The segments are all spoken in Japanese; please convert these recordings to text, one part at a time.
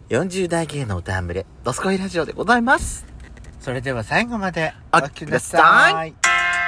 40代芸の歌群れドスコイラジオでございます。 それでは最後までお聞きください。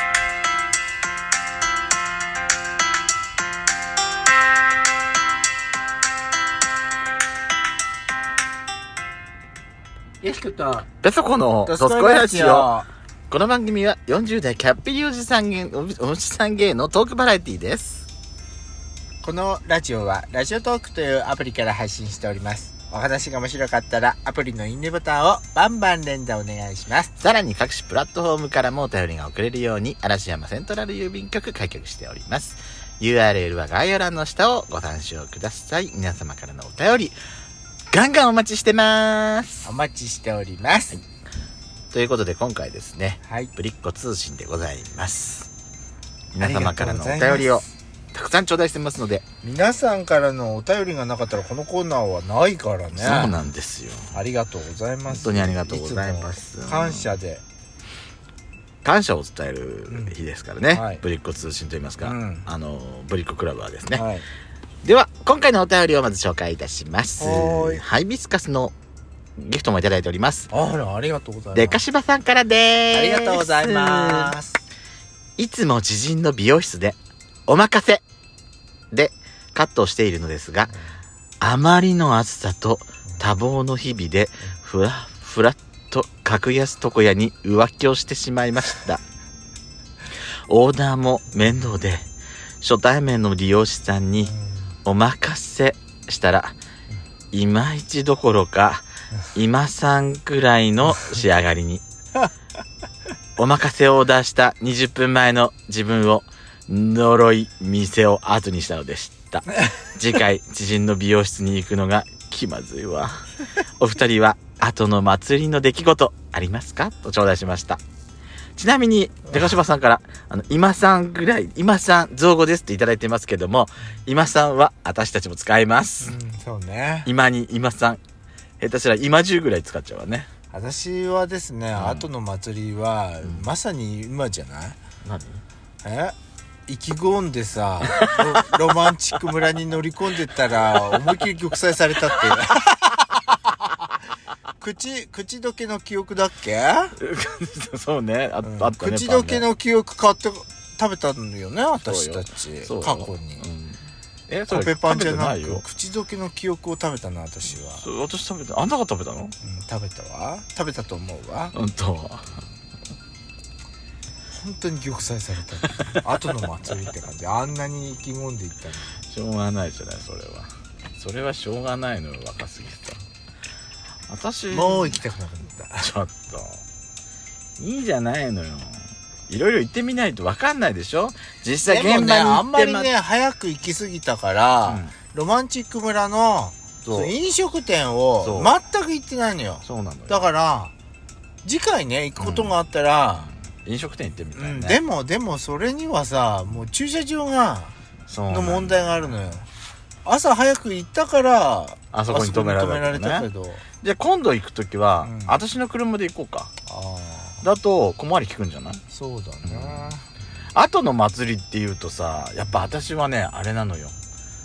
よしことペソコのドスコイラジオ。この番組は40代キャッピリおじさん芸のトークバラエティです。 このラジオはラジオトークというアプリから配信しております。お話が面白かったらアプリのいいねボタンをバンバン連打お願いします。 さらに各種プラットフォームからもお便りが送れるように嵐山セントラル郵便局開局しております。 URL は概要欄の下をご参照ください。皆様からのお便りガンガンお待ちしてます。 お待ちしております、はい、 ということで今回ですね、 はい、 ぶりっ子通信でございます。皆様からのお便りをたくさん頂戴してますので、 皆さんからのお便りがなかったらこのコーナーはないからね。 そうなんですよ。 ありがとうございます。 本当にありがとうございます。 感謝で感謝を伝える日ですからね、 はい、 ぶりっ子通信といいますか、ぶりっ子クラブはですね、 はい、 では今回のお便りをまず紹介いたします。ハイビスカスのギフトもいただいております。 ありがとうございます。 でかしばさんからです。 ありがとうございます。 いつも知人の美容室でお任せでカットをしているのですが、あまりの暑さと多忙の日々でふらっと格安床屋に浮気をしてしまいました。オーダーも面倒で初対面の理容師さんにお任せしたらいまいちどころか今さんくらいの仕上がりに。お任せを出した20分前の自分を呪い店を後にしたのでした。次回知人の美容室に行くのが気まずいわ。お二人は後の祭りの出来事ありますかと頂戴しました。ちなみにでかしばさんから今さんぐらい、今さん造語ですっていただいてますけども、今さんは私たちも使います。 そうね。 今に今さん、下手したら今中ぐらい使っちゃうわね。 私はですね、後の祭りは、まさに今じゃない？ 何？ 意気込んでさロマンチック村に乗り込んでったら思いっきり玉砕されたって口どけの記憶だっけ？ そうね、あったね。 口どけの記憶買って食べたのよね、私たち過去に。コペパンじゃなく口どけの記憶を食べたな、私は。 私食べた。あんたが食べたの？ 食べたわ。食べたと思うわ。 本当。 本当に玉砕された。後の祭りって感じ。あんなに意気込んでいったの。 しょうがないじゃない、それは。それはしょうがないのよ、若すぎた。私もう行きたくなかった。 ちょっといいじゃないのよ。いろいろ行ってみないと分かんないでしょ。実際現場に行ってあんまりね早く行き過ぎたから、ロマンチック村の飲食店を全く行ってないのよ。 そうなのよ。 だから次回ね行くことがあったら、 飲食店行ってみたいね。 でもそれにはさ、もう駐車場の問題があるのよ。朝早く行ったからあそこに止められたけど、じゃあ今度行くときは、私の車で行こうか。だと小回り利くんじゃない？ そうだね。 後の祭りっていうとさ、やっぱ私はねあれなのよ。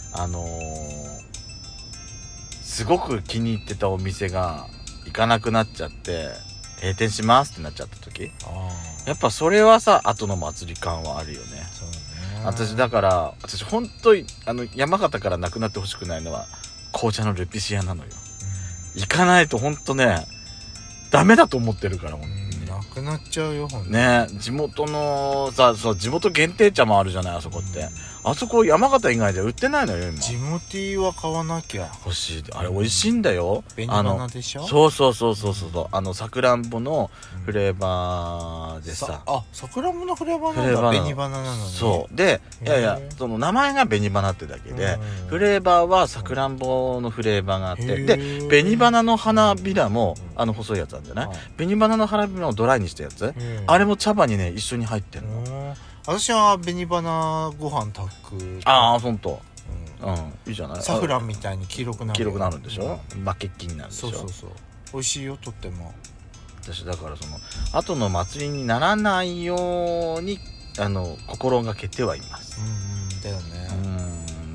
すごく気に入ってたお店が行かなくなっちゃって閉店しますってなっちゃった時、やっぱそれはさ後の祭り感はあるよね。 そうね。 私本当に山形からなくなってほしくないのは紅茶のルピシアなのよ。行かないと本当ねダメだと思ってるから。 なくなっちゃうよ、ほんとね。地元のさ、地元限定茶もあるじゃない、あそこって。あそこ山形以外では売ってないのよ今。 ジモティーは買わなきゃ。 欲しい。あれ美味しいんだよ。 紅花でしょ。 そうさくらんぼのフレーバーでさ、 さくらんぼのフレーバーなんだ。紅花なのに。 そうで、いやその名前が紅花ってだけで、フレーバーはさくらんぼのフレーバーがあって、で紅花の花びらも細いやつなんじゃない？紅花の花びらをドライにしたやつ、あれも茶葉にね一緒に入ってるの。 私は紅花ご飯炊く。 ほんと。いいじゃない。 サフランみたいに黄色くなるんでしょ。負けっきになるでしょ。 そう美味しいよ、とっても。 私だからその後の祭りにならないように心がけてはいます。 だよね。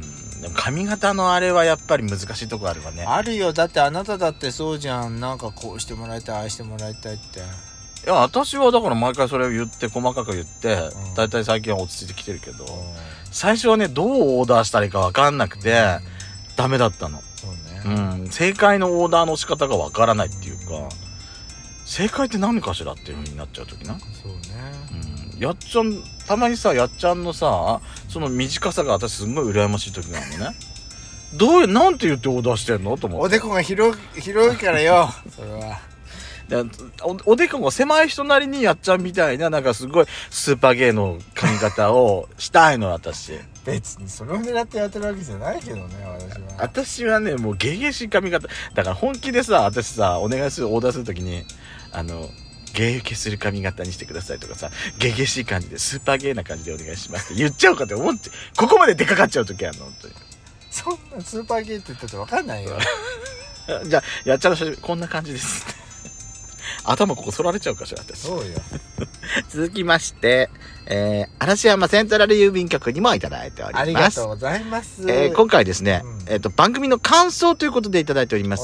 でも髪型のあれはやっぱり難しいとこあるわね。 あるよ。だってあなただってそうじゃん。なんかこうしてもらいたい、ああしてもらいたいって。 いや、私はだから毎回それを言って、細かく言って、 うんだいたい最近は落ち着いてきてるけど、最初はね、どうオーダーしたらいいか分かんなくて、ダメだったの。 そうね。 正解のオーダーの仕方が分からないっていうか、正解って何かしらっていう風になっちゃう時な。 そうね。 やっちゃん、たまにさ、やっちゃんのさ、その短さが私すんごい羨ましい時なのね。なんて言ってオーダーしてんのと思って。 おでこが広いからよ。それは。 おでこが狭い人なりにやっちゃんみたいな、なんかすごいスーパーゲーの髪型をしたいの、私。 別にそれを狙ってやってるわけじゃないけどね、 私はね、もうゲゲしい髪型。だから本気でさ、私さ、お願いする、オーダーするときに、ゲゲする髪型にしてくださいとかさ、ゲゲしい感じで、スーパーゲーな感じでお願いしますって言っちゃうかって思って、ここまで出かかっちゃうときあるの、本当に。 そんなスーパーゲーって言ったって分かんないよ。 じゃあ、やっちゃうのこんな感じです。頭ここ反られちゃうかしら、私。 そうよ。 続きまして、嵐山セントラル郵便局にもいただいております。 ありがとうございます。 今回ですね、番組の感想ということでいただいております。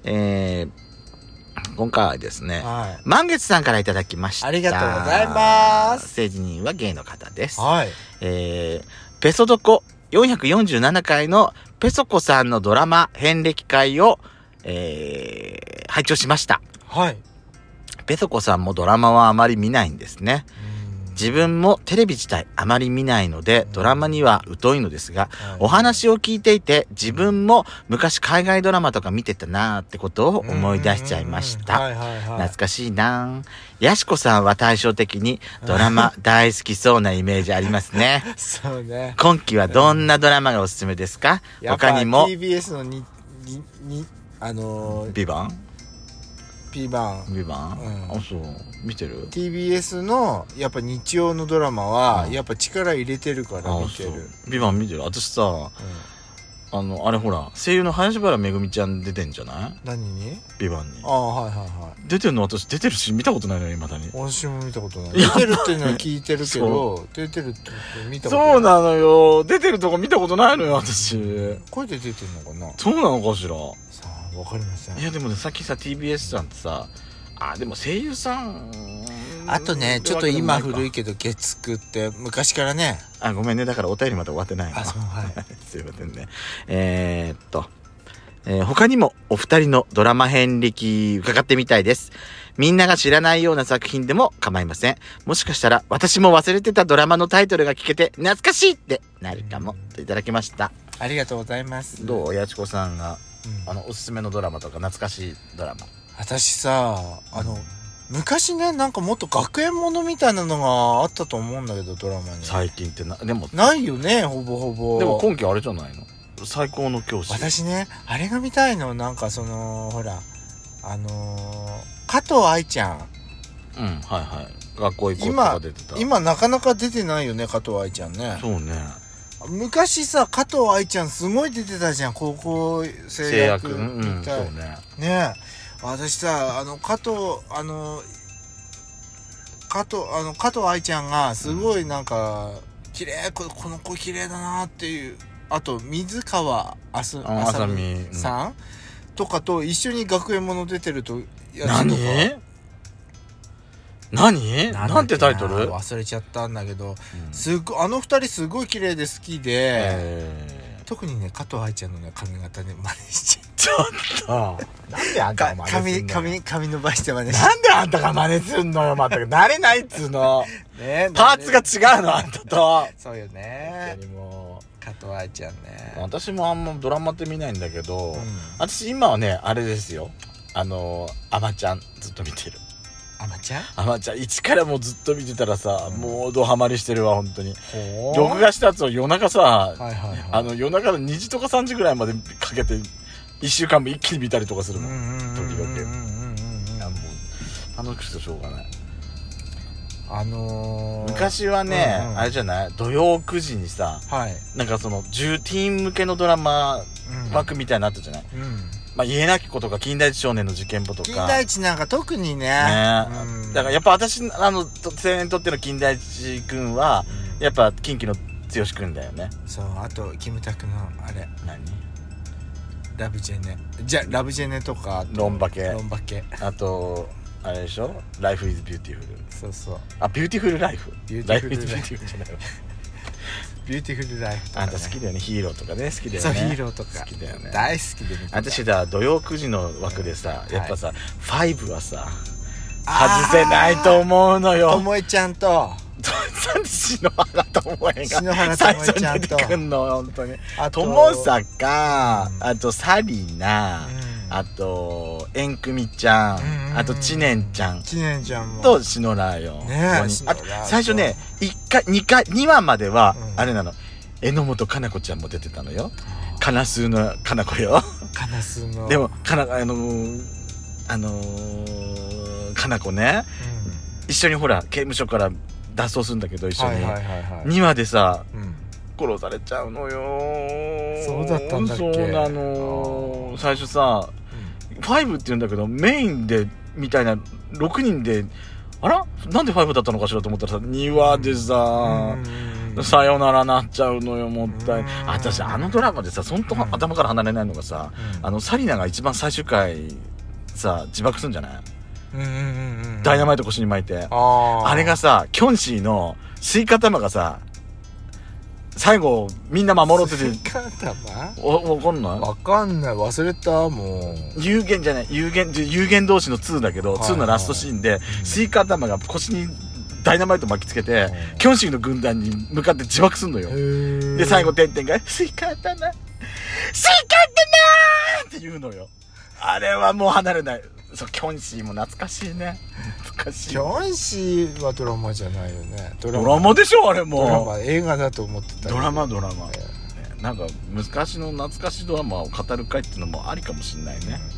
今回はですね、満月さんからいただきました。 ありがとうございます。 政治人はゲイの方です。 はい。 ペソドコ447回のペソコさんのドラマ遍歴会を、拝聴しました。 はい。 ペソコさんもドラマはあまり見ないんですね。自分もテレビ自体あまり見ないのでドラマには疎いのですが、お話を聞いていて自分も昔海外ドラマとか見てたなーってことを思い出しちゃいました。懐かしいなー。やしこさんは対照的にドラマ大好きそうなイメージありますね。 そうね。 今期はどんなドラマがおすすめですか？他にも TBS のビバンビバン、 あ、そう見てる？ TBS のやっぱ日曜のドラマはやっぱ力入れてるから見てる。 ビバン見てる。私さ、あれほら声優の林原めぐみちゃん出てんじゃない？何に？ビバンに。出てるの？私出てるし見たことないのよ未だに。私も見たことない。出てるっていうのは聞いてるけど出てるって見たことない。そうなのよ。出てるとこ見たことないのよ私。声で出てるのかな？そうなのかしら。さあわかりません。いやでもね、さっきさ TBS さんってさ、でも声優さん、あとねちょっと今古いけど月9って昔からね。ごめんね、だからお便りまだ終わってないの。そう、はい。すいませんね。他にもお二人のドラマ遍歴伺ってみたいです。みんなが知らないような作品でも構いません。もしかしたら私も忘れてたドラマのタイトルが聞けて懐かしいってなるかもといただきました。ありがとうございます。どう？やちこさんが、おすすめのドラマとか懐かしいドラマ。私さ、昔ね、なんかもっと学園ものみたいなのがあったと思うんだけど、ドラマに。最近ってでもないよね、ほぼほぼ。でも今期あれじゃないの？最高の教師。私ね、あれが見たいの。なんかほら加藤愛ちゃん。はいはい。学校行こうとか出てた。今なかなか出てないよね、加藤愛ちゃんね。そうね。昔さ、加藤愛ちゃんすごい出てたじゃん、高校生役。そうね。ねえ。私さ、加藤愛ちゃんがすごいなんか、綺麗、この子綺麗だなっていう。あと、水川あさみさんとかと一緒に学園もの出てると、何なんてタイトル？忘れちゃったんだけど、あの二人すごい綺麗で好きで、特にね、加藤愛ちゃんのね、髪型ね、真似しちゃう。ちょっとなんであんたが真似すんの？髪伸ばして真似して。なんであんたが真似すんのよ、まったく。慣れないっつうの。ね、パーツが違うの、あんたと。そうよね。本当にもう。加藤愛ちゃんね。私もあんまドラマって見ないんだけど、私今はね、あれですよ。あまちゃんずっと見てる。あまちゃん一からもうずっと見てたらさ、もうドハマりしてるわ、本当に。録画したやつを夜中さ、夜中の2時とか3時ぐらいまでかけて1週間も一気に見たりとかするもん、時々。もう楽しくてしょうがない。昔はね、あれじゃない、土曜9時にさ、なんかティーン向けのドラマ枠みたいになったじゃない。家なき子とか金田一少年の事件簿とか。金田一なんか特にね。だからやっぱ私、青年にとっての金田一くんは、やっぱ近畿の剛くんだよね。 そう、あとキムタクのあれ何？ ラブジェネ、じゃラブジェネとか、あとロンバケ、 あとあれでしょ、ライフイズビューティフル。 そうそう、 あ、ビューティフルライフ、ライフイズビューティフルじゃないわ。 ビューティフルライフとか、ね、 あんた好きだよね、ヒーローとかね、好きだよね。 そう、ヒーローとか好きだよね、 大好きで見てた。 私だ、土曜9時の枠でさ、やっぱさ、5はさあー外せないと思うのよ。 ともえちゃんとなんで篠原ともえが篠原と最もえちゃんと初に出てくんの、本当に。 あと友坂、 うんあとサリナ、 うんあとエンクミちゃん、あと知念ちゃん知念ちゃんもと篠原よ。 ねえ、 ここに篠原あと最初ね、2話までは、 うんあれなの、榎本かな子ちゃんも出てたのよ。かなすのかな子よ。 カナスのでもかなかな子ね、一緒にほら刑務所から脱走するんだけど、一緒に、 はいはいはいはい、 2話でさうん殺されちゃうのよ。 そうだったんだっけ。 そうなの。最初さ5って言うんだけど、メインでみたいな6人で、あらなんで5だったのかしらと思ったらさ、2話でさ、さよならなっちゃうのよ。もったい。私あのドラマでさ、そんと頭から離れないのがさ、サリナが一番最終回さ自爆するんじゃない？ダイナマイト腰に巻いて、あれがさ、キョンシーのスイカ玉がさ、最後みんな守ろうってて、 スイカ玉わかんない？ わかんない、忘れた。もう有限じゃない、有限同士の2だけど、2のラストシーンで、スイカ玉が腰にダイナマイト巻きつけて、キョンシーの軍団に向かって自爆するのよ。で最後テンテンがスイカ玉って言うのよ。あれはもう離れない。そう、キョンシーも懐かしいね。懐かしい。 キョンシーはドラマじゃないよね。ドラマでしょあれも。 ドラマ、映画だと思ってた。 ドラマ、ね、なんか昔の懐かしいドラマを語る会っていうのもありかもしんないね。